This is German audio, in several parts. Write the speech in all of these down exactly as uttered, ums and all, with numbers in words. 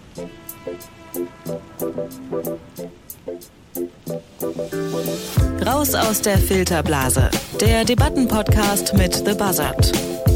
Raus aus der Filterblase, der Debattenpodcast mit The Buzzard.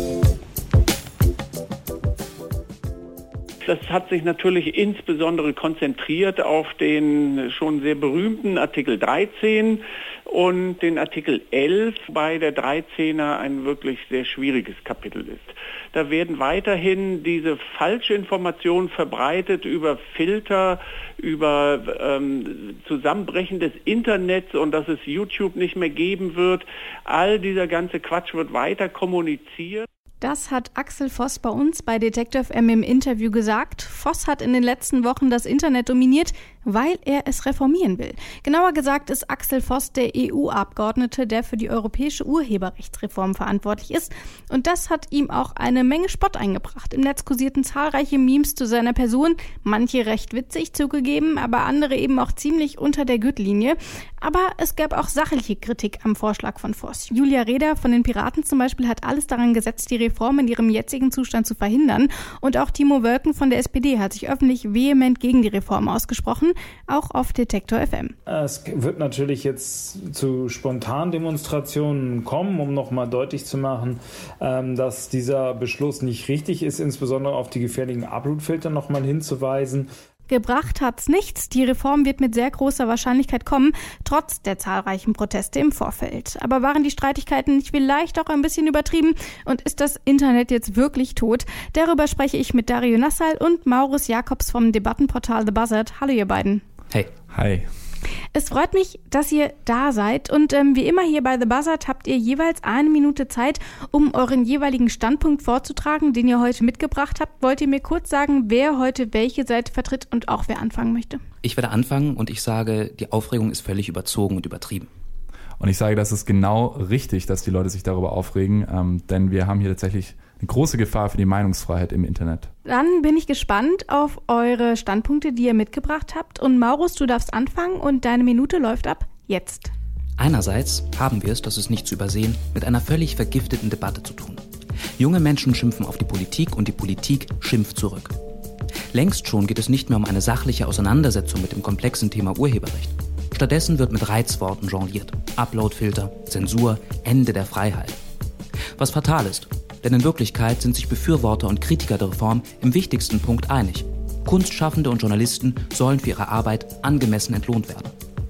Das hat sich natürlich insbesondere konzentriert auf den schon sehr berühmten Artikel dreizehn und den Artikel elf, wobei der dreizehner ein wirklich sehr schwieriges Kapitel ist. Da werden weiterhin diese falsche Information verbreitet über Filter, über ähm, Zusammenbrechen des Internets und dass es YouTube nicht mehr geben wird. All dieser ganze Quatsch wird weiter kommuniziert. Das hat Axel Voss bei uns bei Detektor F M im Interview gesagt. Voss hat in den letzten Wochen das Internet dominiert, weil er es reformieren will. Genauer gesagt ist Axel Voss der E U-Abgeordnete, der für die europäische Urheberrechtsreform verantwortlich ist. Und das hat ihm auch eine Menge Spott eingebracht. Im Netz kursierten zahlreiche Memes zu seiner Person, manche recht witzig zugegeben, aber andere eben auch ziemlich unter der Gürtellinie. Aber es gab auch sachliche Kritik am Vorschlag von Voss. Julia Reda von den Piraten zum Beispiel hat alles daran gesetzt, die Reform in ihrem jetzigen Zustand zu verhindern. Und auch Timo Wölken von der S P D hat sich öffentlich vehement gegen die Reform ausgesprochen, auch auf Detektor F M. Es wird natürlich jetzt zu spontanen Demonstrationen kommen, um nochmal deutlich zu machen, dass dieser Beschluss nicht richtig ist, insbesondere auf die gefährlichen Upload-Filter nochmal hinzuweisen. Gebracht hat's nichts. Die Reform wird mit sehr großer Wahrscheinlichkeit kommen, trotz der zahlreichen Proteste im Vorfeld. Aber waren die Streitigkeiten nicht vielleicht auch ein bisschen übertrieben? Und ist das Internet jetzt wirklich tot? Darüber spreche ich mit Dario Nassal und Maurus Jakobs vom Debattenportal The Buzzard. Hallo ihr beiden. Hey. Hi. Es freut mich, dass ihr da seid und ähm, wie immer hier bei The Buzzard habt ihr jeweils eine Minute Zeit, um euren jeweiligen Standpunkt vorzutragen, den ihr heute mitgebracht habt. Wollt ihr mir kurz sagen, wer heute welche Seite vertritt und auch wer anfangen möchte? Ich werde anfangen und ich sage, die Aufregung ist völlig überzogen und übertrieben. Und ich sage, das ist genau richtig, dass die Leute sich darüber aufregen, ähm, denn wir haben hier tatsächlich eine große Gefahr für die Meinungsfreiheit im Internet. Dann bin ich gespannt auf eure Standpunkte, die ihr mitgebracht habt. Und Maurus, du darfst anfangen und deine Minute läuft ab jetzt. Einerseits haben wir es, das ist nicht zu übersehen, mit einer völlig vergifteten Debatte zu tun. Junge Menschen schimpfen auf die Politik und die Politik schimpft zurück. Längst schon geht es nicht mehr um eine sachliche Auseinandersetzung mit dem komplexen Thema Urheberrecht. Stattdessen wird mit Reizworten jongliert. Uploadfilter, Zensur, Ende der Freiheit. Was fatal ist, denn in Wirklichkeit sind sich Befürworter und Kritiker der Reform im wichtigsten Punkt einig. Kunstschaffende und Journalisten sollen für ihre Arbeit angemessen entlohnt werden.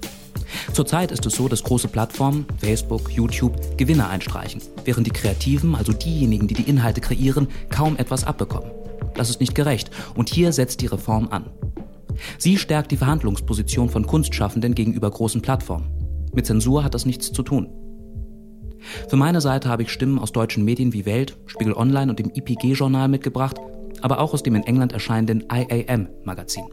Zurzeit ist es so, dass große Plattformen, Facebook, YouTube, Gewinne einstreichen, während die Kreativen, also diejenigen, die die Inhalte kreieren, kaum etwas abbekommen. Das ist nicht gerecht und hier setzt die Reform an. Sie stärkt die Verhandlungsposition von Kunstschaffenden gegenüber großen Plattformen. Mit Zensur hat das nichts zu tun. Für meine Seite habe ich Stimmen aus deutschen Medien wie Welt, Spiegel Online und dem I P G-Journal mitgebracht, aber auch aus dem in England erscheinenden I A M-Magazin.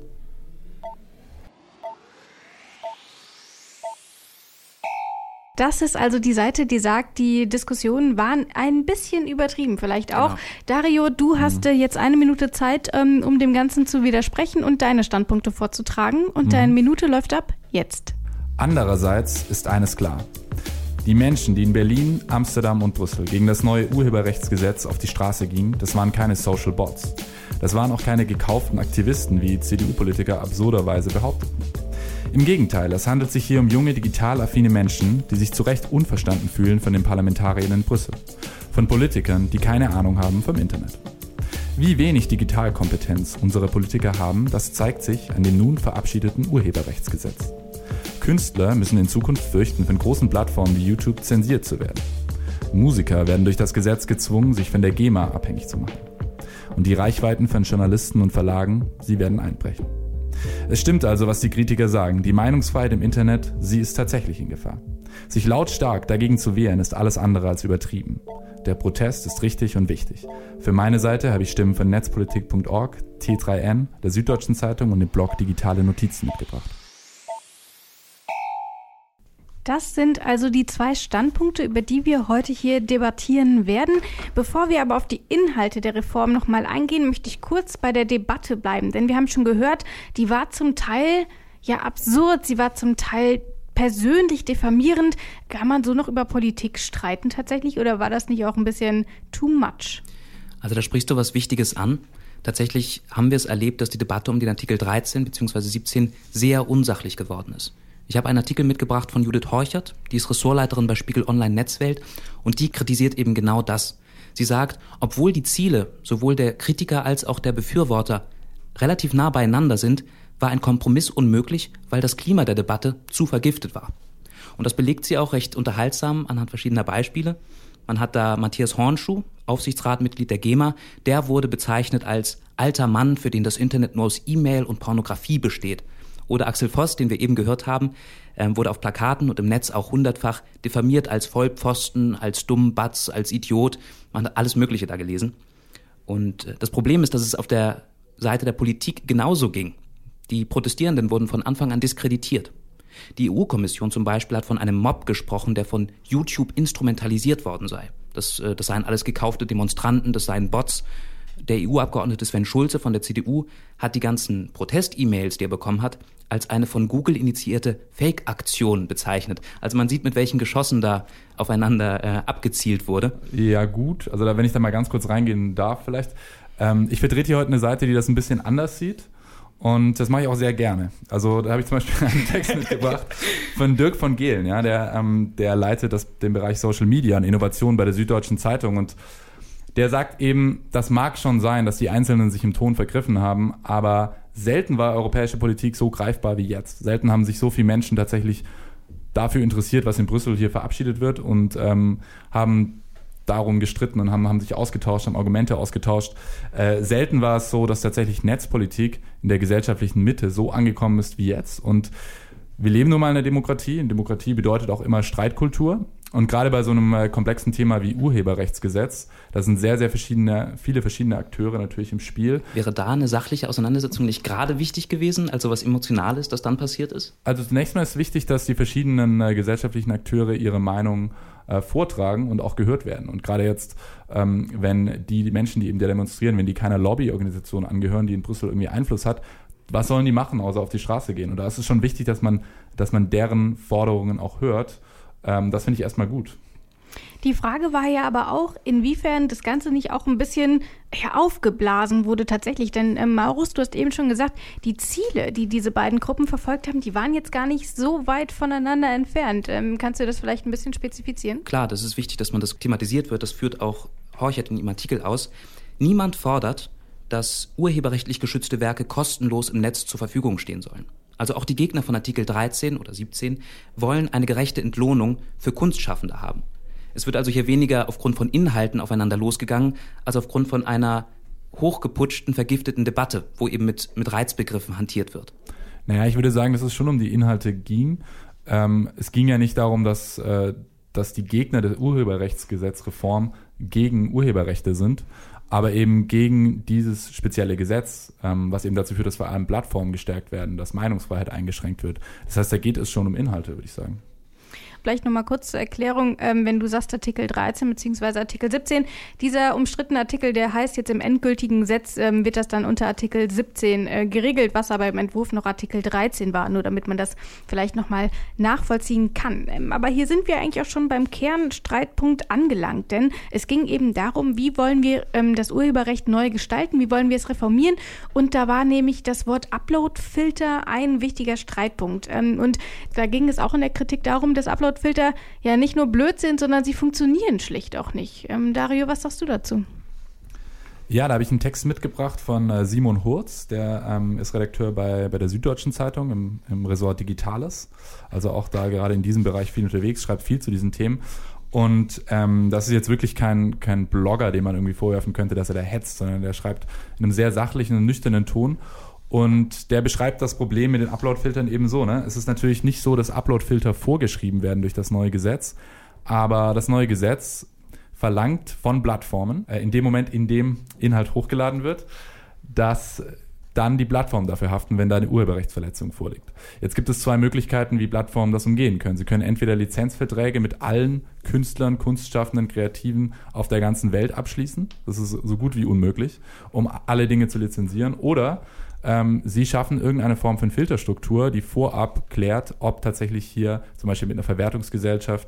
Das ist also die Seite, die sagt, die Diskussionen waren ein bisschen übertrieben, vielleicht auch. Genau. Dario, du hast mhm. jetzt eine Minute Zeit, um dem Ganzen zu widersprechen und deine Standpunkte vorzutragen. Und mhm. deine Minute läuft ab jetzt. Andererseits ist eines klar. Die Menschen, die in Berlin, Amsterdam und Brüssel gegen das neue Urheberrechtsgesetz auf die Straße gingen, das waren keine Social Bots. Das waren auch keine gekauften Aktivisten, wie C D U-Politiker absurderweise behaupteten. Im Gegenteil, es handelt sich hier um junge, digital affine Menschen, die sich zu Recht unverstanden fühlen von den Parlamentariern in Brüssel, von Politikern, die keine Ahnung haben vom Internet. Wie wenig Digitalkompetenz unsere Politiker haben, das zeigt sich an dem nun verabschiedeten Urheberrechtsgesetz. Künstler müssen in Zukunft fürchten, von großen Plattformen wie YouTube zensiert zu werden. Musiker werden durch das Gesetz gezwungen, sich von der GEMA abhängig zu machen. Und die Reichweiten von Journalisten und Verlagen, sie werden einbrechen. Es stimmt also, was die Kritiker sagen. Die Meinungsfreiheit im Internet, sie ist tatsächlich in Gefahr. Sich lautstark dagegen zu wehren, ist alles andere als übertrieben. Der Protest ist richtig und wichtig. Für meine Seite habe ich Stimmen von netzpolitik punkt org, T drei N, der Süddeutschen Zeitung und dem Blog Digitale Notizen mitgebracht. Das sind also die zwei Standpunkte, über die wir heute hier debattieren werden. Bevor wir aber auf die Inhalte der Reform nochmal eingehen, möchte ich kurz bei der Debatte bleiben. Denn wir haben schon gehört, die war zum Teil ja absurd, sie war zum Teil persönlich diffamierend. Kann man so noch über Politik streiten tatsächlich oder war das nicht auch ein bisschen too much? Also da sprichst du was Wichtiges an. Tatsächlich haben wir es erlebt, dass die Debatte um den Artikel dreizehn bzw. siebzehn sehr unsachlich geworden ist. Ich habe einen Artikel mitgebracht von Judith Horchert, die ist Ressortleiterin bei Spiegel Online Netzwelt, und die kritisiert eben genau das. Sie sagt, obwohl die Ziele sowohl der Kritiker als auch der Befürworter relativ nah beieinander sind, war ein Kompromiss unmöglich, weil das Klima der Debatte zu vergiftet war. Und das belegt sie auch recht unterhaltsam anhand verschiedener Beispiele. Man hat da Matthias Hornschuh, Aufsichtsratmitglied der GEMA, der wurde bezeichnet als alter Mann, für den das Internet nur aus E-Mail und Pornografie besteht. Oder Axel Voss, den wir eben gehört haben, wurde auf Plakaten und im Netz auch hundertfach diffamiert als Vollpfosten, als Dummbatz, als Idiot. Man hat alles Mögliche da gelesen. Und das Problem ist, dass es auf der Seite der Politik genauso ging. Die Protestierenden wurden von Anfang an diskreditiert. Die E U-Kommission zum Beispiel hat von einem Mob gesprochen, der von YouTube instrumentalisiert worden sei. Das, das seien alles gekaufte Demonstranten, das seien Bots. Der E U-Abgeordnete Sven Schulze von der C D U hat die ganzen Protest-E-Mails, die er bekommen hat, als eine von Google initiierte Fake-Aktion bezeichnet. Also man sieht, mit welchen Geschossen da aufeinander äh, abgezielt wurde. Ja gut, also da, wenn ich da mal ganz kurz reingehen darf vielleicht. Ähm, ich vertrete hier heute eine Seite, die das ein bisschen anders sieht. Und das mache ich auch sehr gerne. Also da habe ich zum Beispiel einen Text mitgebracht von Dirk von Gehlen, ja, der, ähm, der leitet das, den Bereich Social Media und Innovation bei der Süddeutschen Zeitung. Und der sagt eben, das mag schon sein, dass die Einzelnen sich im Ton vergriffen haben, aber selten war europäische Politik so greifbar wie jetzt. Selten haben sich so viele Menschen tatsächlich dafür interessiert, was in Brüssel hier verabschiedet wird, und ähm, haben darum gestritten und haben, haben sich ausgetauscht, haben Argumente ausgetauscht. Äh, selten war es so, dass tatsächlich Netzpolitik in der gesellschaftlichen Mitte so angekommen ist wie jetzt. Und wir leben nun mal in einer Demokratie. Und Demokratie bedeutet auch immer Streitkultur. Und gerade bei so einem äh, komplexen Thema wie Urheberrechtsgesetz, da sind sehr, sehr verschiedene, viele verschiedene Akteure natürlich im Spiel. Wäre da eine sachliche Auseinandersetzung nicht gerade wichtig gewesen, also was Emotionales, das dann passiert ist? Also zunächst mal ist wichtig, dass die verschiedenen äh, gesellschaftlichen Akteure ihre Meinung äh, vortragen und auch gehört werden. Und gerade jetzt, ähm, wenn die Menschen, die eben da demonstrieren, wenn die keiner Lobbyorganisation angehören, die in Brüssel irgendwie Einfluss hat, was sollen die machen, außer auf die Straße gehen? Und da ist es schon wichtig, dass man, dass man deren Forderungen auch hört. Ähm, das finde ich erstmal gut. Die Frage war ja aber auch, inwiefern das Ganze nicht auch ein bisschen ja, aufgeblasen wurde tatsächlich. Denn ähm, Maurus, du hast eben schon gesagt, die Ziele, die diese beiden Gruppen verfolgt haben, die waren jetzt gar nicht so weit voneinander entfernt. Ähm, kannst du das vielleicht ein bisschen spezifizieren? Klar, das ist wichtig, dass man das thematisiert wird. Das führt auch Horchert in ihrem Artikel aus. Niemand fordert, dass urheberrechtlich geschützte Werke kostenlos im Netz zur Verfügung stehen sollen. Also auch die Gegner von Artikel dreizehn oder siebzehn wollen eine gerechte Entlohnung für Kunstschaffende haben. Es wird also hier weniger aufgrund von Inhalten aufeinander losgegangen, als aufgrund von einer hochgeputschten, vergifteten Debatte, wo eben mit, mit Reizbegriffen hantiert wird. Naja, ich würde sagen, dass es schon um die Inhalte ging. Ähm, es ging ja nicht darum, dass, äh, dass die Gegner der Urheberrechtsgesetzreform gegen Urheberrechte sind, aber eben gegen dieses spezielle Gesetz, ähm, was eben dazu führt, dass vor allem Plattformen gestärkt werden, dass Meinungsfreiheit eingeschränkt wird. Das heißt, da geht es schon um Inhalte, würde ich sagen. Vielleicht nochmal kurz zur Erklärung, ähm, wenn du sagst Artikel dreizehn bzw. Artikel siebzehn, dieser umstrittene Artikel, der heißt jetzt im endgültigen Gesetz, ähm, wird das dann unter Artikel siebzehn äh, geregelt, was aber im Entwurf noch Artikel dreizehn war, nur damit man das vielleicht nochmal nachvollziehen kann. Ähm, aber hier sind wir eigentlich auch schon beim Kernstreitpunkt angelangt, denn es ging eben darum, wie wollen wir ähm, das Urheberrecht neu gestalten, wie wollen wir es reformieren, und da war nämlich das Wort Upload-Filter ein wichtiger Streitpunkt. Ähm, und da ging es auch in der Kritik darum, dass Upload Filter ja nicht nur blöd sind, sondern sie funktionieren schlicht auch nicht. Ähm, Dario, was sagst du dazu? Ja, da habe ich einen Text mitgebracht von äh, Simon Hurz, der ähm, ist Redakteur bei, bei der Süddeutschen Zeitung im, im Ressort Digitales, also auch da gerade in diesem Bereich viel unterwegs, schreibt viel zu diesen Themen. Und ähm, das ist jetzt wirklich kein, kein Blogger, dem man irgendwie vorwerfen könnte, dass er da hetzt, sondern der schreibt in einem sehr sachlichen und nüchternen Ton. Und der beschreibt das Problem mit den Upload-Filtern eben so. Ne? Es ist natürlich nicht so, dass Upload-Filter vorgeschrieben werden durch das neue Gesetz, aber das neue Gesetz verlangt von Plattformen, äh, in dem Moment, in dem Inhalt hochgeladen wird, dass dann die Plattformen dafür haften, wenn da eine Urheberrechtsverletzung vorliegt. Jetzt gibt es zwei Möglichkeiten, wie Plattformen das umgehen können. Sie können entweder Lizenzverträge mit allen Künstlern, Kunstschaffenden, Kreativen auf der ganzen Welt abschließen. Das ist so gut wie unmöglich, um alle Dinge zu lizenzieren. Oder Ähm, sie schaffen irgendeine Form von Filterstruktur, die vorab klärt, ob tatsächlich hier zum Beispiel mit einer Verwertungsgesellschaft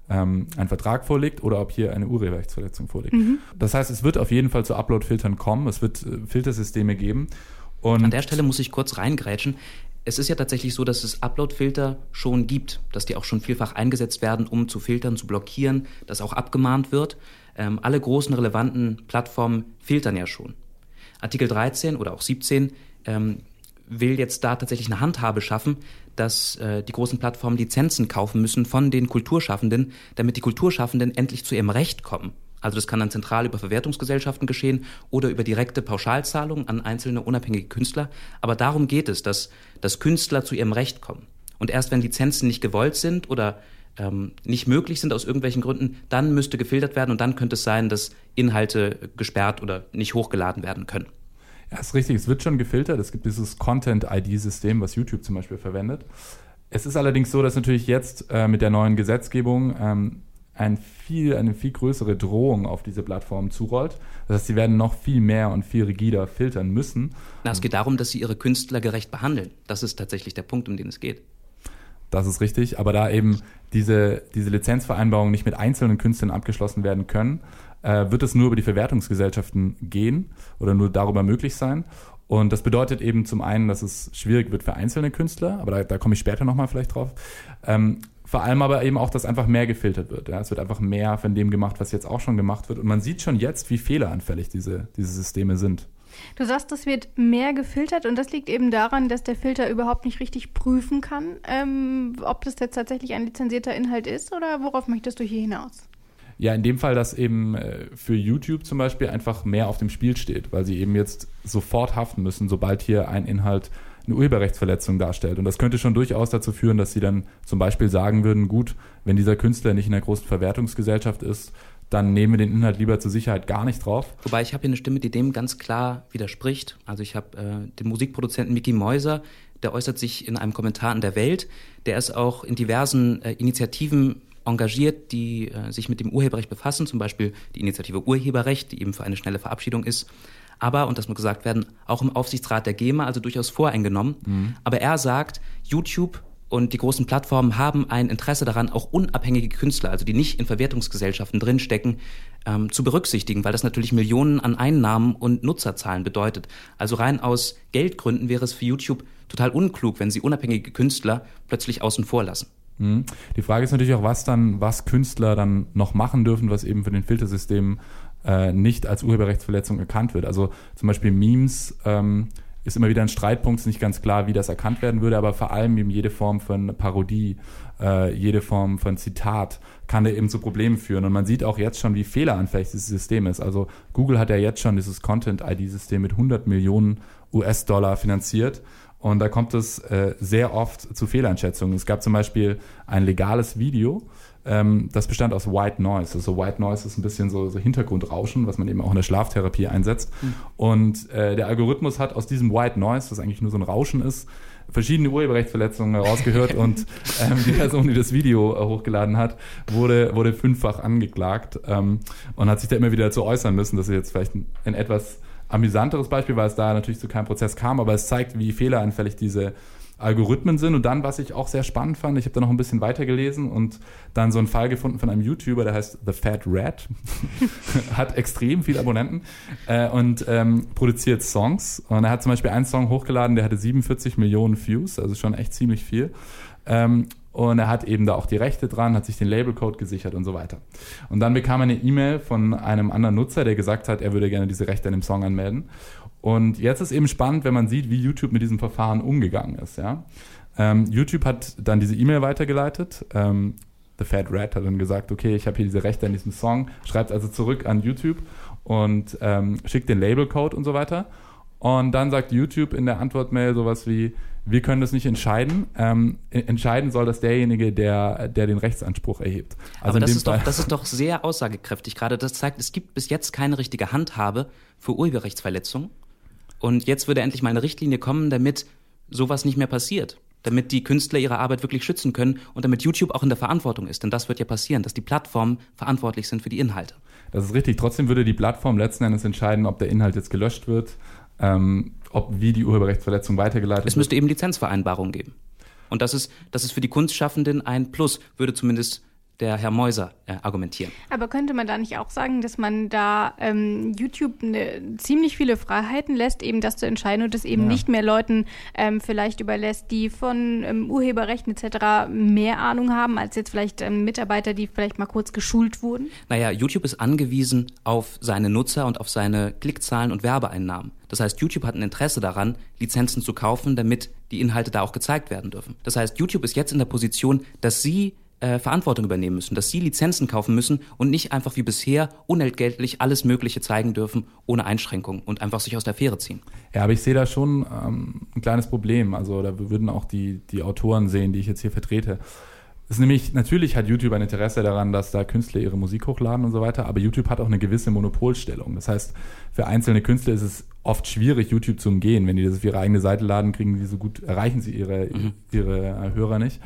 ähm, ein Vertrag vorliegt oder ob hier eine Urheberrechtsverletzung vorliegt. Mhm. Das heißt, es wird auf jeden Fall zu Upload-Filtern kommen, es wird äh, Filtersysteme geben. Und an der Stelle muss ich kurz reingrätschen. Es ist ja tatsächlich so, dass es Upload-Filter schon gibt, dass die auch schon vielfach eingesetzt werden, um zu filtern, zu blockieren, dass auch abgemahnt wird. Ähm, alle großen relevanten Plattformen filtern ja schon. Artikel dreizehn oder auch siebzehn ähm, will jetzt da tatsächlich eine Handhabe schaffen, dass äh, die großen Plattformen Lizenzen kaufen müssen von den Kulturschaffenden, damit die Kulturschaffenden endlich zu ihrem Recht kommen. Also das kann dann zentral über Verwertungsgesellschaften geschehen oder über direkte Pauschalzahlungen an einzelne unabhängige Künstler. Aber darum geht es, dass, dass Künstler zu ihrem Recht kommen. Und erst wenn Lizenzen nicht gewollt sind oder ähm, nicht möglich sind aus irgendwelchen Gründen, dann müsste gefiltert werden und dann könnte es sein, dass Inhalte gesperrt oder nicht hochgeladen werden können. Ja, ist richtig. Es wird schon gefiltert. Es gibt dieses Content-I D-System, was YouTube zum Beispiel verwendet. Es ist allerdings so, dass natürlich jetzt äh, mit der neuen Gesetzgebung ähm, ein viel, eine viel größere Drohung auf diese Plattformen zurollt. Das heißt, sie werden noch viel mehr und viel rigider filtern müssen. Na, es geht darum, dass sie ihre Künstler gerecht behandeln. Das ist tatsächlich der Punkt, um den es geht. Das ist richtig, aber da eben diese, diese Lizenzvereinbarungen nicht mit einzelnen Künstlern abgeschlossen werden können, äh, wird es nur über die Verwertungsgesellschaften gehen oder nur darüber möglich sein. Und das bedeutet eben zum einen, dass es schwierig wird für einzelne Künstler, aber da, da komme ich später nochmal vielleicht drauf. Ähm, Vor allem aber eben auch, dass einfach mehr gefiltert wird. Ja? Es wird einfach mehr von dem gemacht, was jetzt auch schon gemacht wird. Und man sieht schon jetzt, wie fehleranfällig diese, diese Systeme sind. Du sagst, es wird mehr gefiltert und das liegt eben daran, dass der Filter überhaupt nicht richtig prüfen kann, ähm, ob das jetzt tatsächlich ein lizenzierter Inhalt ist oder worauf möchtest du hier hinaus? Ja, in dem Fall, dass eben äh, für YouTube zum Beispiel einfach mehr auf dem Spiel steht, weil sie eben jetzt sofort haften müssen, sobald hier ein Inhalt eine Urheberrechtsverletzung darstellt. Und das könnte schon durchaus dazu führen, dass sie dann zum Beispiel sagen würden, gut, wenn dieser Künstler nicht in einer großen Verwertungsgesellschaft ist, dann nehmen wir den Inhalt lieber zur Sicherheit gar nicht drauf. Wobei ich habe hier eine Stimme, die dem ganz klar widerspricht. Also ich habe äh, den Musikproduzenten Micky Mäuser, der äußert sich in einem Kommentar in der Welt. Der ist auch in diversen äh, Initiativen engagiert, die äh, sich mit dem Urheberrecht befassen, zum Beispiel die Initiative Urheberrecht, die eben für eine schnelle Verabschiedung ist. Aber, und das muss gesagt werden, auch im Aufsichtsrat der GEMA, also durchaus voreingenommen. Mhm. Aber er sagt, YouTube und die großen Plattformen haben ein Interesse daran, auch unabhängige Künstler, also die nicht in Verwertungsgesellschaften drinstecken, ähm, zu berücksichtigen, weil das natürlich Millionen an Einnahmen und Nutzerzahlen bedeutet. Also rein aus Geldgründen wäre es für YouTube total unklug, wenn sie unabhängige Künstler plötzlich außen vor lassen. Mhm. Die Frage ist natürlich auch, was dann, was Künstler dann noch machen dürfen, was eben für den Filtersystem äh, nicht als Urheberrechtsverletzung erkannt wird. Also zum Beispiel Memes ähm, ist immer wieder ein Streitpunkt, ist nicht ganz klar, wie das erkannt werden würde, aber vor allem eben jede Form von Parodie, äh, jede Form von Zitat kann da eben zu Problemen führen. Und man sieht auch jetzt schon, wie fehleranfällig dieses System ist. Also Google hat ja jetzt schon dieses Content-I D-System mit hundert Millionen U S-Dollar finanziert. Und da kommt es äh, sehr oft zu Fehleinschätzungen. Es gab zum Beispiel ein legales Video, ähm, das bestand aus White Noise. Also White Noise ist ein bisschen so, so Hintergrundrauschen, was man eben auch in der Schlaftherapie einsetzt. Mhm. Und äh, der Algorithmus hat aus diesem White Noise, was eigentlich nur so ein Rauschen ist, verschiedene Urheberrechtsverletzungen herausgehört und ähm, die Person, die das Video äh, hochgeladen hat, wurde, wurde fünffach angeklagt ähm, und hat sich da immer wieder dazu äußern müssen, dass sie jetzt vielleicht ein, ein etwas amüsanteres Beispiel, weil es da natürlich zu keinem Prozess kam, aber es zeigt, wie fehleranfällig diese Algorithmen sind. Und dann, was ich auch sehr spannend fand, ich habe da noch ein bisschen weiter gelesen und dann so einen Fall gefunden von einem YouTuber, der heißt The Fat Rat, hat extrem viele Abonnenten äh, und ähm, produziert Songs. Und er hat zum Beispiel einen Song hochgeladen, der hatte siebenundvierzig Millionen Views, also schon echt ziemlich viel. Ähm, Und er hat eben da auch die Rechte dran, hat sich den Labelcode gesichert und so weiter. Und dann bekam er eine E-Mail von einem anderen Nutzer, der gesagt hat, er würde gerne diese Rechte an dem Song anmelden. Und jetzt ist eben spannend, wenn man sieht, wie YouTube mit diesem Verfahren umgegangen ist. Ja? Ähm, YouTube hat dann diese E-Mail weitergeleitet. Ähm, The Fat Rat hat dann gesagt, okay, ich habe hier diese Rechte an diesem Song, schreibt also zurück an YouTube und ähm, schickt den Labelcode und so weiter. Und dann sagt YouTube in der Antwortmail sowas wie, wir können das nicht entscheiden. Ähm, entscheiden soll das derjenige, der, der den Rechtsanspruch erhebt. Also aber das ist, doch, das ist doch sehr aussagekräftig gerade. Das zeigt, es gibt bis jetzt keine richtige Handhabe für Urheberrechtsverletzungen. Und jetzt würde endlich mal eine Richtlinie kommen, damit sowas nicht mehr passiert. Damit die Künstler ihre Arbeit wirklich schützen können und damit YouTube auch in der Verantwortung ist. Denn das wird ja passieren, dass die Plattformen verantwortlich sind für die Inhalte. Das ist richtig. Trotzdem würde die Plattform letzten Endes entscheiden, ob der Inhalt jetzt gelöscht wird, ähm, ob wie die Urheberrechtsverletzung weitergeleitet wird. Es müsste eben Lizenzvereinbarungen geben. Und das ist, das ist für die Kunstschaffenden ein Plus, würde zumindest der Herr Meuser äh, argumentieren. Aber könnte man da nicht auch sagen, dass man da ähm, YouTube eine, ziemlich viele Freiheiten lässt, eben das zu entscheiden und das eben ja. nicht mehr Leuten ähm, vielleicht überlässt, die von ähm, Urheberrechten et cetera mehr Ahnung haben, als jetzt vielleicht ähm, Mitarbeiter, die vielleicht mal kurz geschult wurden? Naja, YouTube ist angewiesen auf seine Nutzer und auf seine Klickzahlen und Werbeeinnahmen. Das heißt, YouTube hat ein Interesse daran, Lizenzen zu kaufen, damit die Inhalte da auch gezeigt werden dürfen. Das heißt, YouTube ist jetzt in der Position, dass sie Äh, Verantwortung übernehmen müssen, dass sie Lizenzen kaufen müssen und nicht einfach wie bisher unentgeltlich alles Mögliche zeigen dürfen, ohne Einschränkung und einfach sich aus der Fähre ziehen. Ja, aber ich sehe da schon ähm, ein kleines Problem. Also da würden auch die, die Autoren sehen, die ich jetzt hier vertrete. Das ist nämlich, natürlich hat YouTube ein Interesse daran, dass da Künstler ihre Musik hochladen und so weiter, aber YouTube hat auch eine gewisse Monopolstellung. Das heißt, für einzelne Künstler ist es oft schwierig, YouTube zu umgehen. Wenn die das auf ihre eigene Seite laden, kriegen die so gut, erreichen sie ihre, mhm. ihre Hörer nicht.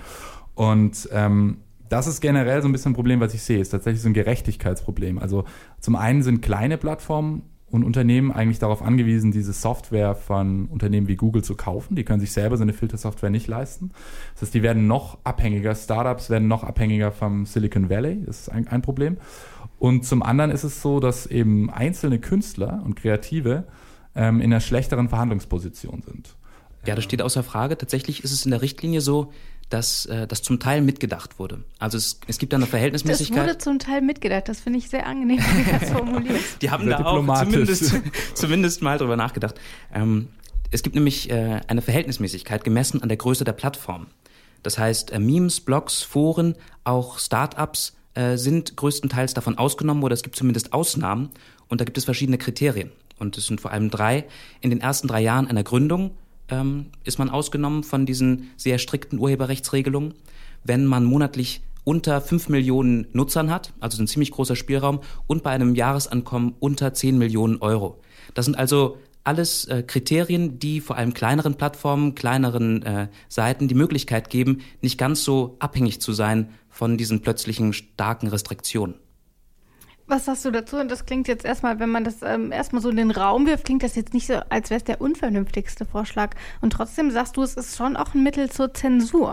Und ähm, das ist generell so ein bisschen ein Problem, was ich sehe, ist tatsächlich so ein Gerechtigkeitsproblem. Also zum einen sind kleine Plattformen und Unternehmen eigentlich darauf angewiesen, diese Software von Unternehmen wie Google zu kaufen. Die können sich selber so eine Filtersoftware nicht leisten. Das heißt, die werden noch abhängiger, Startups werden noch abhängiger vom Silicon Valley, das ist ein, ein Problem. Und zum anderen ist es so, dass eben einzelne Künstler und Kreative ähm, in einer schlechteren Verhandlungsposition sind. Ja, das steht außer Frage. Tatsächlich ist es in der Richtlinie so, dass äh, das zum Teil mitgedacht wurde. Also es, es gibt da eine Verhältnismäßigkeit. Das wurde zum Teil mitgedacht, das finde ich sehr angenehm, wie du das formulierst. Die haben sehr da auch zumindest, zumindest mal drüber nachgedacht. Ähm, es gibt nämlich äh, eine Verhältnismäßigkeit gemessen an der Größe der Plattform. Das heißt, äh, Memes, Blogs, Foren, auch Startups äh, sind größtenteils davon ausgenommen oder es gibt zumindest Ausnahmen und da gibt es verschiedene Kriterien. Und es sind vor allem drei. In den ersten drei Jahren einer Gründung ähm, ist man ausgenommen von diesen sehr strikten Urheberrechtsregelungen. Wenn man monatlich unter fünf Millionen Nutzern hat, also ein ziemlich großer Spielraum, und bei einem Jahresankommen unter zehn Millionen Euro. Das sind also alles äh, Kriterien, die vor allem kleineren Plattformen, kleineren äh, Seiten die Möglichkeit geben, nicht ganz so abhängig zu sein von diesen plötzlichen starken Restriktionen. Was sagst du dazu? Und das klingt jetzt erstmal, wenn man das ähm, erstmal so in den Raum wirft, klingt das jetzt nicht so, als wäre es der unvernünftigste Vorschlag. Und trotzdem sagst du, es ist schon auch ein Mittel zur Zensur.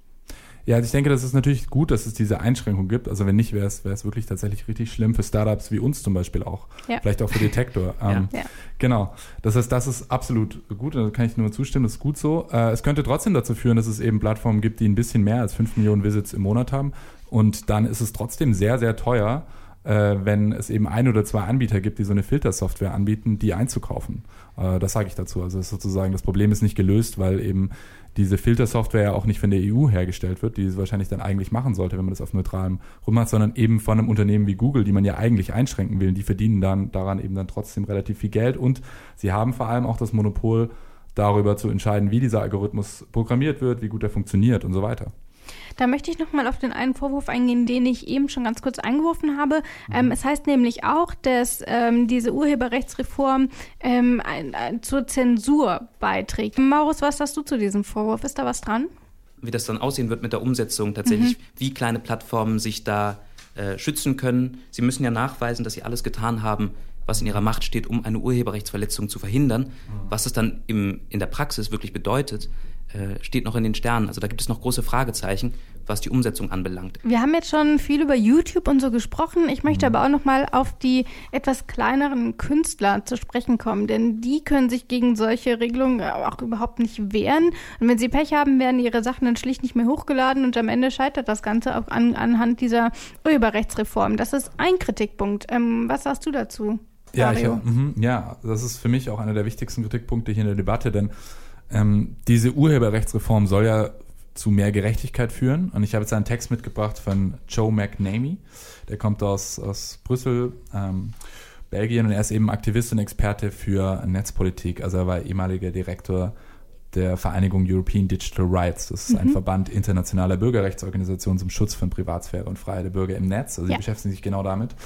Ja, also ich denke, das ist natürlich gut, dass es diese Einschränkung gibt. Also wenn nicht, wäre es wäre es wirklich tatsächlich richtig schlimm für Startups wie uns zum Beispiel auch. Ja. Vielleicht auch für Detektor. ähm, ja. Genau. Das heißt, das ist absolut gut. Da kann ich nur zustimmen, das ist gut so. Äh, es könnte trotzdem dazu führen, dass es eben Plattformen gibt, die ein bisschen mehr als fünf Millionen Visits im Monat haben. Und dann ist es trotzdem sehr, sehr teuer, äh, wenn es eben ein oder zwei Anbieter gibt, die so eine Filtersoftware anbieten, die einzukaufen. Äh, das sage ich dazu. Also das ist sozusagen, das Problem ist nicht gelöst, weil eben diese Filtersoftware ja auch nicht von der E U hergestellt wird, die es wahrscheinlich dann eigentlich machen sollte, wenn man das auf neutralem Rum hat, sondern eben von einem Unternehmen wie Google, die man ja eigentlich einschränken will. Die verdienen dann daran eben dann trotzdem relativ viel Geld und sie haben vor allem auch das Monopol darüber zu entscheiden, wie dieser Algorithmus programmiert wird, wie gut er funktioniert und so weiter. Da möchte ich nochmal auf den einen Vorwurf eingehen, den ich eben schon ganz kurz eingeworfen habe. Mhm. Ähm, es heißt nämlich auch, dass ähm, diese Urheberrechtsreform ähm, ein, ein, zur Zensur beiträgt. Maurus, was sagst du zu diesem Vorwurf? Ist da was dran? Wie das dann aussehen wird mit der Umsetzung tatsächlich, mhm. wie kleine Plattformen sich da äh, schützen können. Sie müssen ja nachweisen, dass sie alles getan haben, was in ihrer Macht steht, um eine Urheberrechtsverletzung zu verhindern. Mhm. Was es dann im, in der Praxis wirklich bedeutet, steht noch in den Sternen. Also da gibt es noch große Fragezeichen, was die Umsetzung anbelangt. Wir haben jetzt schon viel über YouTube und so gesprochen. Ich möchte aber auch noch mal auf die etwas kleineren Künstler zu sprechen kommen, denn die können sich gegen solche Regelungen auch überhaupt nicht wehren. Und wenn sie Pech haben, werden ihre Sachen dann schlicht nicht mehr hochgeladen und am Ende scheitert das Ganze auch an, anhand dieser Urheberrechtsreform. Das ist ein Kritikpunkt. Ähm, was sagst du dazu, ja, ich, mh, ja, das ist für mich auch einer der wichtigsten Kritikpunkte hier in der Debatte, denn Ähm, diese Urheberrechtsreform soll ja zu mehr Gerechtigkeit führen. Und ich habe jetzt einen Text mitgebracht von Joe McNamee. Der kommt aus, aus Brüssel, ähm, Belgien, und er ist eben Aktivist und Experte für Netzpolitik. Also er war ehemaliger Direktor der Vereinigung European Digital Rights. Das ist mhm. ein Verband internationaler Bürgerrechtsorganisationen zum Schutz von Privatsphäre und Freiheit der Bürger im Netz. Also ja. die beschäftigen sich genau damit.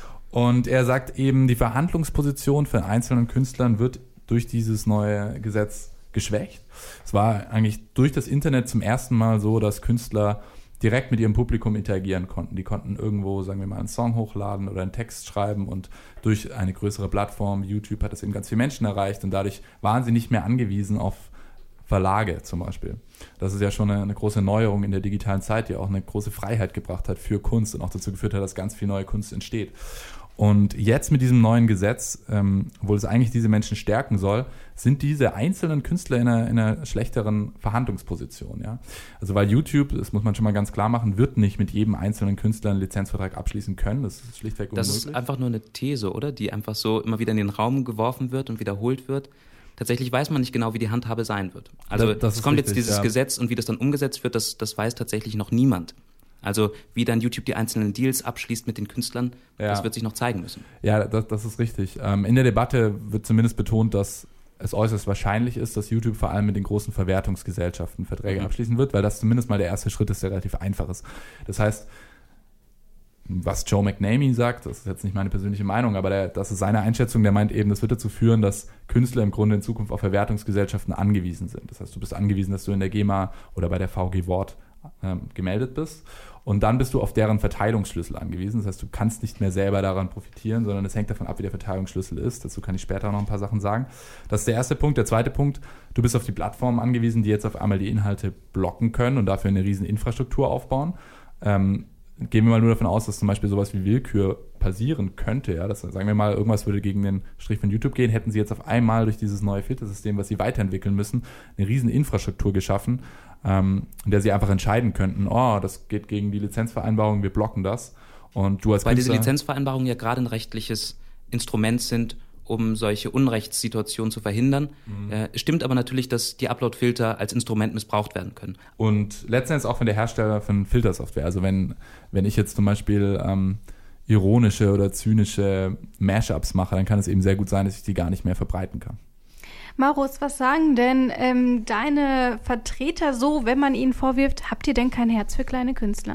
Und er sagt eben, die Verhandlungsposition von einzelnen Künstlern wird durch dieses neue Gesetz geschwächt. Es war eigentlich durch das Internet zum ersten Mal so, dass Künstler direkt mit ihrem Publikum interagieren konnten. Die konnten irgendwo, sagen wir mal, einen Song hochladen oder einen Text schreiben und durch eine größere Plattform, YouTube, hat das eben ganz viele Menschen erreicht und dadurch waren sie nicht mehr angewiesen auf Verlage zum Beispiel. Das ist ja schon eine, eine große Neuerung in der digitalen Zeit, die auch eine große Freiheit gebracht hat für Kunst und auch dazu geführt hat, dass ganz viel neue Kunst entsteht. Und jetzt mit diesem neuen Gesetz, ähm, obwohl es eigentlich diese Menschen stärken soll, sind diese einzelnen Künstler in einer, in einer schlechteren Verhandlungsposition. Ja? Also weil YouTube, das muss man schon mal ganz klar machen, wird nicht mit jedem einzelnen Künstler einen Lizenzvertrag abschließen können. Das ist schlichtweg unmöglich. Das ist einfach nur eine These, oder? Die einfach so immer wieder in den Raum geworfen wird und wiederholt wird. Tatsächlich weiß man nicht genau, wie die Handhabe sein wird. Also es kommt richtig, jetzt dieses ja. Gesetz und wie das dann umgesetzt wird, das, das weiß tatsächlich noch niemand. Also wie dann YouTube die einzelnen Deals abschließt mit den Künstlern, ja. das wird sich noch zeigen müssen. Ja, das, das ist richtig. Ähm, in der Debatte wird zumindest betont, dass es äußerst wahrscheinlich ist, dass YouTube vor allem mit den großen Verwertungsgesellschaften Verträge mhm. abschließen wird, weil das zumindest mal der erste Schritt ist, der relativ einfach ist. Das heißt, was Joe McNamee sagt, das ist jetzt nicht meine persönliche Meinung, aber der, das ist seine Einschätzung, der meint eben, das wird dazu führen, dass Künstler im Grunde in Zukunft auf Verwertungsgesellschaften angewiesen sind. Das heißt, du bist angewiesen, dass du in der GEMA oder bei der V G Wort ähm, gemeldet bist. Und dann bist du auf deren Verteilungsschlüssel angewiesen. Das heißt, du kannst nicht mehr selber daran profitieren, sondern es hängt davon ab, wie der Verteilungsschlüssel ist. Dazu kann ich später noch ein paar Sachen sagen. Das ist der erste Punkt. Der zweite Punkt, du bist auf die Plattformen angewiesen, die jetzt auf einmal die Inhalte blocken können und dafür eine riesen Infrastruktur aufbauen. Ähm, gehen wir mal nur davon aus, dass zum Beispiel sowas wie Willkür passieren könnte. Ja? Das, sagen wir mal, irgendwas würde gegen den Strich von YouTube gehen, hätten sie jetzt auf einmal durch dieses neue Filtersystem, was sie weiterentwickeln müssen, eine riesen Infrastruktur geschaffen, Ähm, in der sie einfach entscheiden könnten, oh, das geht gegen die Lizenzvereinbarung, wir blocken das. Und du als Weil diese Lizenzvereinbarungen ja gerade ein rechtliches Instrument sind, um solche Unrechtssituationen zu verhindern. Mhm. Äh, stimmt aber natürlich, dass die Upload-Filter als Instrument missbraucht werden können. Und letztendlich auch von der Hersteller von Filtersoftware. Also wenn, wenn ich jetzt zum Beispiel ähm, ironische oder zynische Mashups mache, dann kann es eben sehr gut sein, dass ich die gar nicht mehr verbreiten kann. Marus, was sagen denn ähm, deine Vertreter so, wenn man ihnen vorwirft, habt ihr denn kein Herz für kleine Künstler?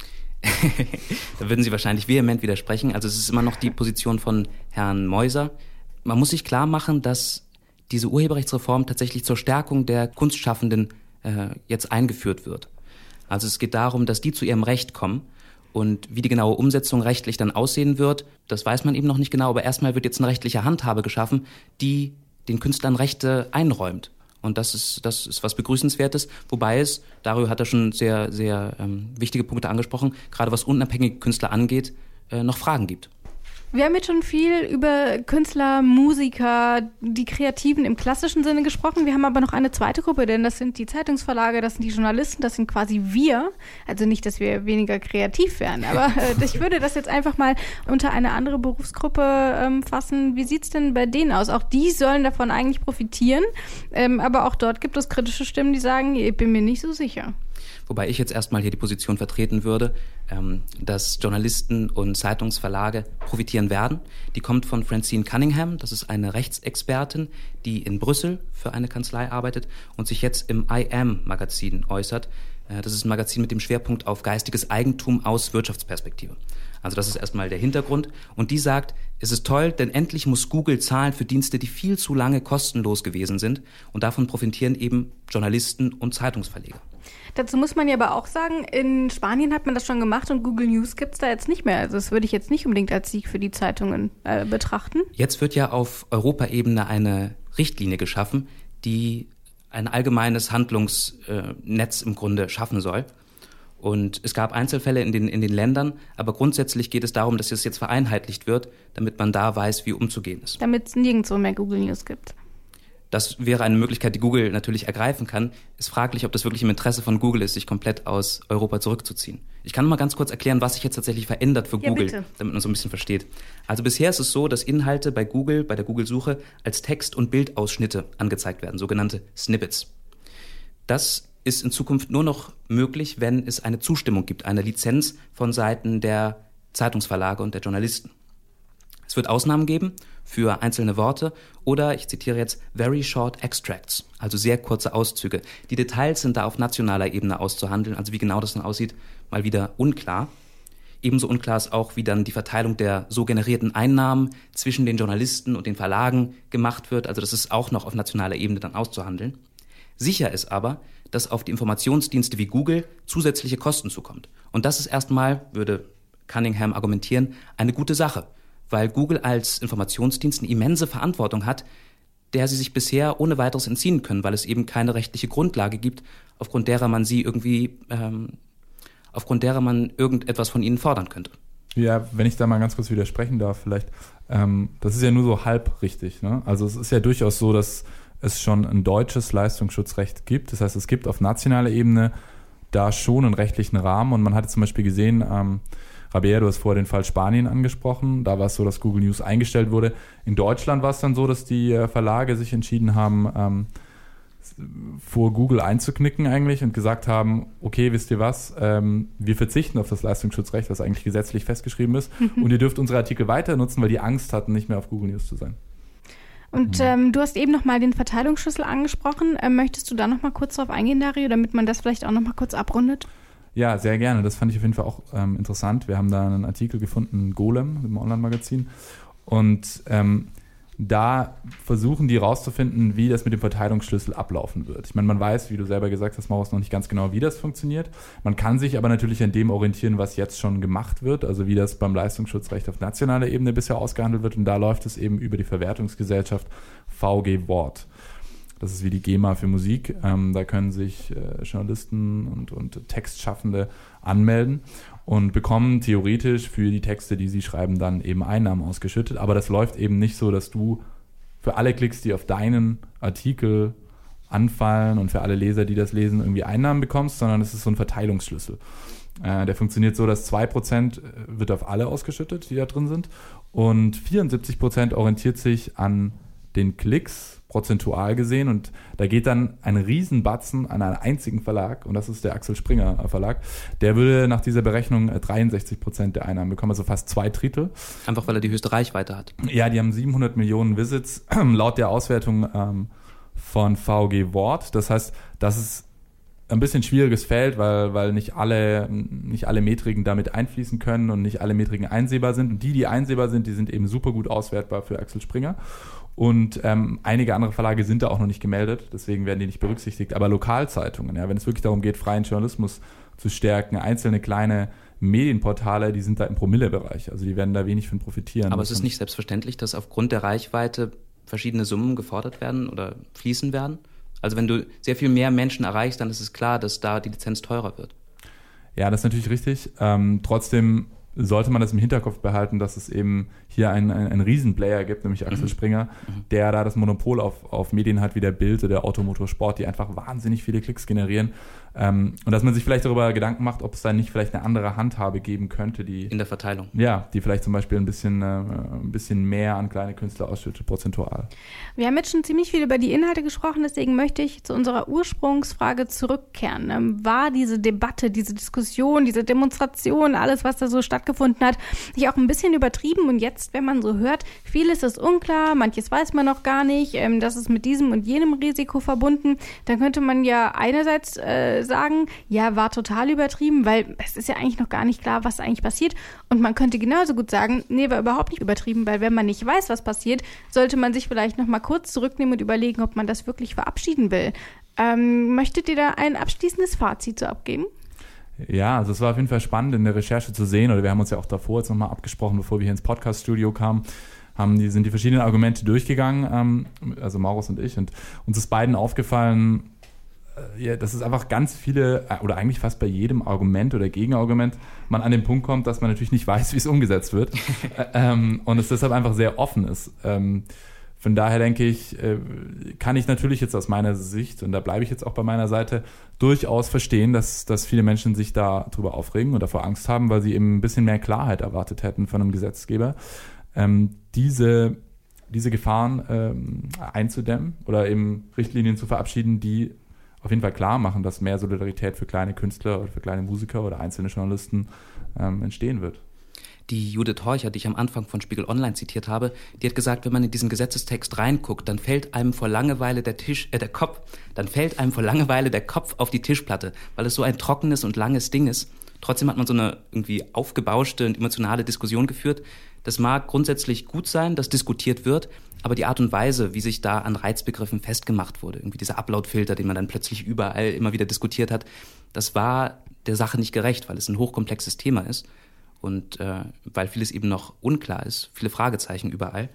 Da würden Sie wahrscheinlich vehement widersprechen. Also es ist immer noch die Position von Herrn Meuser. Man muss sich klar machen, dass diese Urheberrechtsreform tatsächlich zur Stärkung der Kunstschaffenden äh, jetzt eingeführt wird. Also es geht darum, dass die zu ihrem Recht kommen. Und wie die genaue Umsetzung rechtlich dann aussehen wird, das weiß man eben noch nicht genau. Aber erstmal wird jetzt eine rechtliche Handhabe geschaffen, die den Künstlern Rechte einräumt. Und das ist, das ist was Begrüßenswertes, wobei es, darüber hat er schon sehr, sehr ähm, wichtige Punkte angesprochen, gerade was unabhängige Künstler angeht, äh, noch Fragen gibt. Wir haben jetzt schon viel über Künstler, Musiker, die Kreativen im klassischen Sinne gesprochen. Wir haben aber noch eine zweite Gruppe, denn das sind die Zeitungsverlage, das sind die Journalisten, das sind quasi wir. Also nicht, dass wir weniger kreativ wären, aber äh, ich würde das jetzt einfach mal unter eine andere Berufsgruppe ähm, fassen. Wie sieht's denn bei denen aus? Auch die sollen davon eigentlich profitieren, ähm, aber auch dort gibt es kritische Stimmen, die sagen, ich bin mir nicht so sicher. Wobei ich jetzt erstmal hier die Position vertreten würde, ähm, dass Journalisten und Zeitungsverlage profitieren werden. Die kommt von Francine Cunningham, das ist eine Rechtsexpertin, die in Brüssel für eine Kanzlei arbeitet und sich jetzt im I Am-Magazin äußert. Äh, das ist ein Magazin mit dem Schwerpunkt auf geistiges Eigentum aus Wirtschaftsperspektive. Also das ist erstmal der Hintergrund. Und die sagt, es ist toll, denn endlich muss Google zahlen für Dienste, die viel zu lange kostenlos gewesen sind. Und davon profitieren eben Journalisten und Zeitungsverleger. Dazu muss man ja aber auch sagen, in Spanien hat man das schon gemacht und Google News gibt es da jetzt nicht mehr. Also das würde ich jetzt nicht unbedingt als Sieg für die Zeitungen äh, betrachten. Jetzt wird ja auf Europaebene eine Richtlinie geschaffen, die ein allgemeines Handlungsnetz im Grunde schaffen soll. Und es gab Einzelfälle in den, in den Ländern, aber grundsätzlich geht es darum, dass es jetzt vereinheitlicht wird, damit man da weiß, wie umzugehen ist. Damit es nirgendwo mehr Google News gibt. Das wäre eine Möglichkeit, die Google natürlich ergreifen kann. Ist fraglich, ob das wirklich im Interesse von Google ist, sich komplett aus Europa zurückzuziehen. Ich kann mal ganz kurz erklären, was sich jetzt tatsächlich verändert für ja, Google, bitte. damit man so ein bisschen versteht. Also bisher ist es so, dass Inhalte bei Google, bei der Google-Suche als Text- und Bildausschnitte angezeigt werden, sogenannte Snippets. Das ist in Zukunft nur noch möglich, wenn es eine Zustimmung gibt, eine Lizenz von Seiten der Zeitungsverlage und der Journalisten. Es wird Ausnahmen geben für einzelne Worte oder, ich zitiere jetzt, very short extracts, also sehr kurze Auszüge. Die Details sind da auf nationaler Ebene auszuhandeln, also wie genau das dann aussieht, mal wieder unklar. Ebenso unklar ist auch, wie dann die Verteilung der so generierten Einnahmen zwischen den Journalisten und den Verlagen gemacht wird, also das ist auch noch auf nationaler Ebene dann auszuhandeln. Sicher ist aber, dass auf die Informationsdienste wie Google zusätzliche Kosten zukommt. Und das ist erstmal, würde Cunningham argumentieren, eine gute Sache, weil Google als Informationsdienst eine immense Verantwortung hat, der sie sich bisher ohne weiteres entziehen können, weil es eben keine rechtliche Grundlage gibt, aufgrund derer man sie irgendwie, ähm, aufgrund derer man irgendetwas von ihnen fordern könnte. Ja, wenn ich da mal ganz kurz widersprechen darf, vielleicht, ähm, das ist ja nur so halb richtig, ne? Also es ist ja durchaus so, dass es schon ein deutsches Leistungsschutzrecht gibt. Das heißt, es gibt auf nationaler Ebene da schon einen rechtlichen Rahmen und man hatte zum Beispiel gesehen, ähm, Rabea, du hast vorher den Fall Spanien angesprochen. Da war es so, dass Google News eingestellt wurde. In Deutschland war es dann so, dass die äh, Verlage sich entschieden haben, ähm, vor Google einzuknicken eigentlich und gesagt haben, okay, wisst ihr was, ähm, wir verzichten auf das Leistungsschutzrecht, was eigentlich gesetzlich festgeschrieben ist mhm. und ihr dürft unsere Artikel weiter nutzen, weil die Angst hatten, nicht mehr auf Google News zu sein. Und ähm, du hast eben noch mal den Verteilungsschlüssel angesprochen. Ähm, möchtest du da noch mal kurz drauf eingehen, Dario, damit man das vielleicht auch noch mal kurz abrundet? Ja, sehr gerne. Das fand ich auf jeden Fall auch ähm, interessant. Wir haben da einen Artikel gefunden, Golem, im Online-Magazin. Und ähm, da versuchen die rauszufinden, wie das mit dem Verteilungsschlüssel ablaufen wird. Ich meine, man weiß, wie du selber gesagt hast, Maurus, noch nicht ganz genau, wie das funktioniert. Man kann sich aber natürlich an dem orientieren, was jetzt schon gemacht wird, also wie das beim Leistungsschutzrecht auf nationaler Ebene bisher ausgehandelt wird. Und da läuft es eben über die Verwertungsgesellschaft V G Wort. Das ist wie die GEMA für Musik. Ähm, da können sich äh, Journalisten und, und Textschaffende anmelden und bekommen theoretisch für die Texte, die sie schreiben, dann eben Einnahmen ausgeschüttet. Aber das läuft eben nicht so, dass du für alle Klicks, die auf deinen Artikel anfallen und für alle Leser, die das lesen, irgendwie Einnahmen bekommst, sondern es ist so ein Verteilungsschlüssel. Äh, der funktioniert so, dass zwei Prozent wird auf alle ausgeschüttet, die da drin sind, und vierundsiebzig Prozent orientiert sich an den Klicks, prozentual gesehen, und da geht dann ein Riesenbatzen an einen einzigen Verlag, und das ist der Axel Springer Verlag. Der würde nach dieser Berechnung dreiundsechzig Prozent der Einnahmen bekommen, also fast zwei Drittel. Einfach weil er die höchste Reichweite hat. Ja, die haben siebenhundert Millionen Visits laut der Auswertung ähm, von V G Wort. Das heißt, das ist ein bisschen schwieriges Feld, weil, weil nicht alle, nicht alle Metriken damit einfließen können und nicht alle Metriken einsehbar sind. Und die, die einsehbar sind, die sind eben super gut auswertbar für Axel Springer. Und ähm, einige andere Verlage sind da auch noch nicht gemeldet, deswegen werden die nicht berücksichtigt. Aber Lokalzeitungen, ja, wenn es wirklich darum geht, freien Journalismus zu stärken, einzelne kleine Medienportale, die sind da im Promillebereich. Also die werden da wenig von profitieren. Aber es ist nicht selbstverständlich, dass aufgrund der Reichweite verschiedene Summen gefordert werden oder fließen werden? Also wenn du sehr viel mehr Menschen erreichst, dann ist es klar, dass da die Lizenz teurer wird. Ja, das ist natürlich richtig. Ähm, trotzdem sollte man das im Hinterkopf behalten, dass es eben hier einen, einen, einen Riesenplayer gibt, nämlich Axel mhm. Springer, mhm. der da das Monopol auf, auf Medien hat wie der Bild oder der Automotorsport, die einfach wahnsinnig viele Klicks generieren. Ähm, und dass man sich vielleicht darüber Gedanken macht, ob es da nicht vielleicht eine andere Handhabe geben könnte, die in der Verteilung. Ja, die vielleicht zum Beispiel ein bisschen, äh, ein bisschen mehr an kleine Künstler ausschüttet, prozentual. Wir haben jetzt schon ziemlich viel über die Inhalte gesprochen, deswegen möchte ich zu unserer Ursprungsfrage zurückkehren. Ähm, war diese Debatte, diese Diskussion, diese Demonstration, alles, was da so stattgefunden hat, nicht auch ein bisschen übertrieben? Und jetzt, wenn man so hört, vieles ist unklar, manches weiß man noch gar nicht, ähm, das ist mit diesem und jenem Risiko verbunden, dann könnte man ja einerseits äh, sagen, ja, war total übertrieben, weil es ist ja eigentlich noch gar nicht klar, was eigentlich passiert. Und man könnte genauso gut sagen, nee, war überhaupt nicht übertrieben, weil wenn man nicht weiß, was passiert, sollte man sich vielleicht noch mal kurz zurücknehmen und überlegen, ob man das wirklich verabschieden will. Ähm, möchtet ihr da ein abschließendes Fazit so abgeben? Ja, also es war auf jeden Fall spannend in der Recherche zu sehen, oder wir haben uns ja auch davor jetzt nochmal abgesprochen, bevor wir hier ins Podcast-Studio kamen, haben die, sind die verschiedenen Argumente durchgegangen, ähm, also Maurus und ich, und uns ist beiden aufgefallen, ja, dass es einfach ganz viele, oder eigentlich fast bei jedem Argument oder Gegenargument man an den Punkt kommt, dass man natürlich nicht weiß, wie es umgesetzt wird ähm, und es deshalb einfach sehr offen ist. Ähm, von daher denke ich, äh, kann ich natürlich jetzt aus meiner Sicht, und da bleibe ich jetzt auch bei meiner Seite, durchaus verstehen, dass, dass viele Menschen sich da drüber aufregen und davor Angst haben, weil sie eben ein bisschen mehr Klarheit erwartet hätten von einem Gesetzgeber. Ähm, diese, diese Gefahren ähm, einzudämmen oder eben Richtlinien zu verabschieden, die auf jeden Fall klar machen, dass mehr Solidarität für kleine Künstler oder für kleine Musiker oder einzelne Journalisten ähm, entstehen wird. Die Judith Horcher, die ich am Anfang von Spiegel Online zitiert habe, die hat gesagt, wenn man in diesen Gesetzestext reinguckt, dann fällt einem vor Langeweile der Tisch, äh, der Kopf, dann fällt einem vor Langeweile der Kopf auf die Tischplatte, weil es so ein trockenes und langes Ding ist. Trotzdem hat man so eine irgendwie aufgebauschte und emotionale Diskussion geführt. Das mag grundsätzlich gut sein, dass diskutiert wird, aber die Art und Weise, wie sich da an Reizbegriffen festgemacht wurde, irgendwie dieser Upload-Filter, den man dann plötzlich überall immer wieder diskutiert hat, das war der Sache nicht gerecht, weil es ein hochkomplexes Thema ist und äh, weil vieles eben noch unklar ist, viele Fragezeichen überall.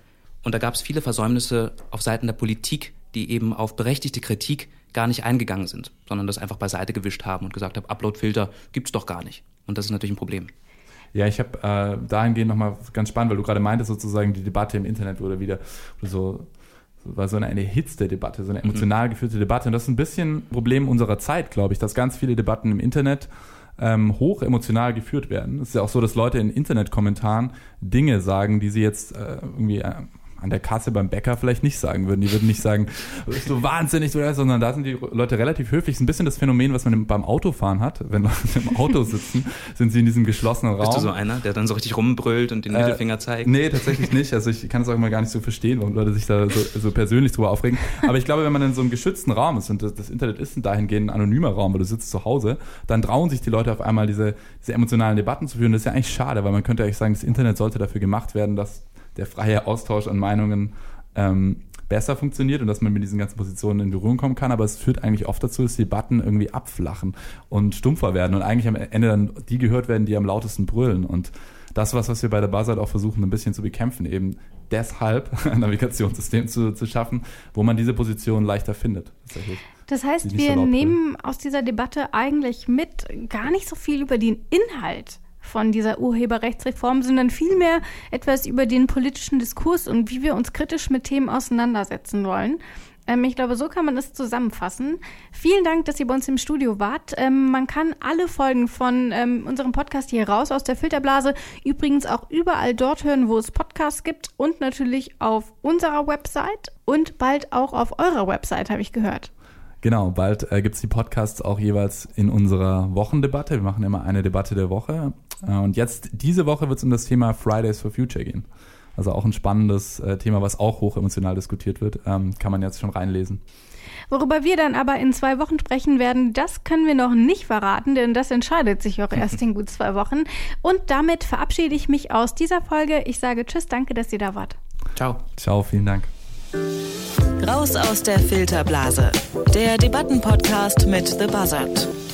Und da gab es viele Versäumnisse auf Seiten der Politik, die eben auf berechtigte Kritik gar nicht eingegangen sind, sondern das einfach beiseite gewischt haben und gesagt haben, Uploadfilter gibt's doch gar nicht. Und das ist natürlich ein Problem. Ja, ich habe äh, dahingehend nochmal ganz spannend, weil du gerade meintest, sozusagen die Debatte im Internet wurde wieder so, so war so eine, eine erhitzte Debatte, so eine emotional geführte Debatte. Und das ist ein bisschen ein Problem unserer Zeit, glaube ich, dass ganz viele Debatten im Internet ähm, hoch emotional geführt werden. Es ist ja auch so, dass Leute in Internetkommentaren Dinge sagen, die sie jetzt äh, irgendwie äh, an der Kasse beim Bäcker vielleicht nicht sagen würden. Die würden nicht sagen, bist du wahnsinnig, sondern da sind die Leute relativ höflich. Das ist ein bisschen das Phänomen, was man beim Autofahren hat. Wenn Leute im Auto sitzen, sind sie in diesem geschlossenen Raum. Bist du so einer, der dann so richtig rumbrüllt und den äh, Mittelfinger zeigt? Nee, tatsächlich nicht. Also ich kann es auch immer gar nicht so verstehen, warum Leute sich da so, so persönlich drüber aufregen. Aber ich glaube, wenn man in so einem geschützten Raum ist, und das, das Internet ist dahingehend ein anonymer Raum, weil du sitzt zu Hause, dann trauen sich die Leute auf einmal diese, diese emotionalen Debatten zu führen. Das ist ja eigentlich schade, weil man könnte eigentlich sagen, das Internet sollte dafür gemacht werden, dass der freie Austausch an Meinungen ähm, besser funktioniert und dass man mit diesen ganzen Positionen in Berührung kommen kann, aber es führt eigentlich oft dazu, dass die Debatten irgendwie abflachen und stumpfer werden und eigentlich am Ende dann die gehört werden, die am lautesten brüllen. Und das was, was wir bei der Buzzard auch versuchen, ein bisschen zu bekämpfen, eben deshalb ein Navigationssystem zu, zu schaffen, wo man diese Position leichter findet. Das heißt, wir so nehmen aus dieser Debatte eigentlich mit gar nicht so viel über den Inhalt von dieser Urheberrechtsreform, sondern vielmehr etwas über den politischen Diskurs und wie wir uns kritisch mit Themen auseinandersetzen wollen. Ähm, ich glaube, so kann man es zusammenfassen. Vielen Dank, dass ihr bei uns im Studio wart. Ähm, man kann alle Folgen von ähm, unserem Podcast hier raus aus der Filterblase übrigens auch überall dort hören, wo es Podcasts gibt und natürlich auf unserer Website und bald auch auf eurer Website, habe ich gehört. Genau, bald äh, gibt es die Podcasts auch jeweils in unserer Wochendebatte. Wir machen immer eine Debatte der Woche. Äh, und jetzt, diese Woche wird es um das Thema Fridays for Future gehen. Also auch ein spannendes äh, Thema, was auch hochemotional diskutiert wird. Ähm, kann man jetzt schon reinlesen. Worüber wir dann aber in zwei Wochen sprechen werden, das können wir noch nicht verraten, denn das entscheidet sich auch erst in gut zwei Wochen. Und damit verabschiede ich mich aus dieser Folge. Ich sage Tschüss, danke, dass ihr da wart. Ciao. Ciao, vielen Dank. Raus aus der Filterblase, der Debattenpodcast mit The Buzzard.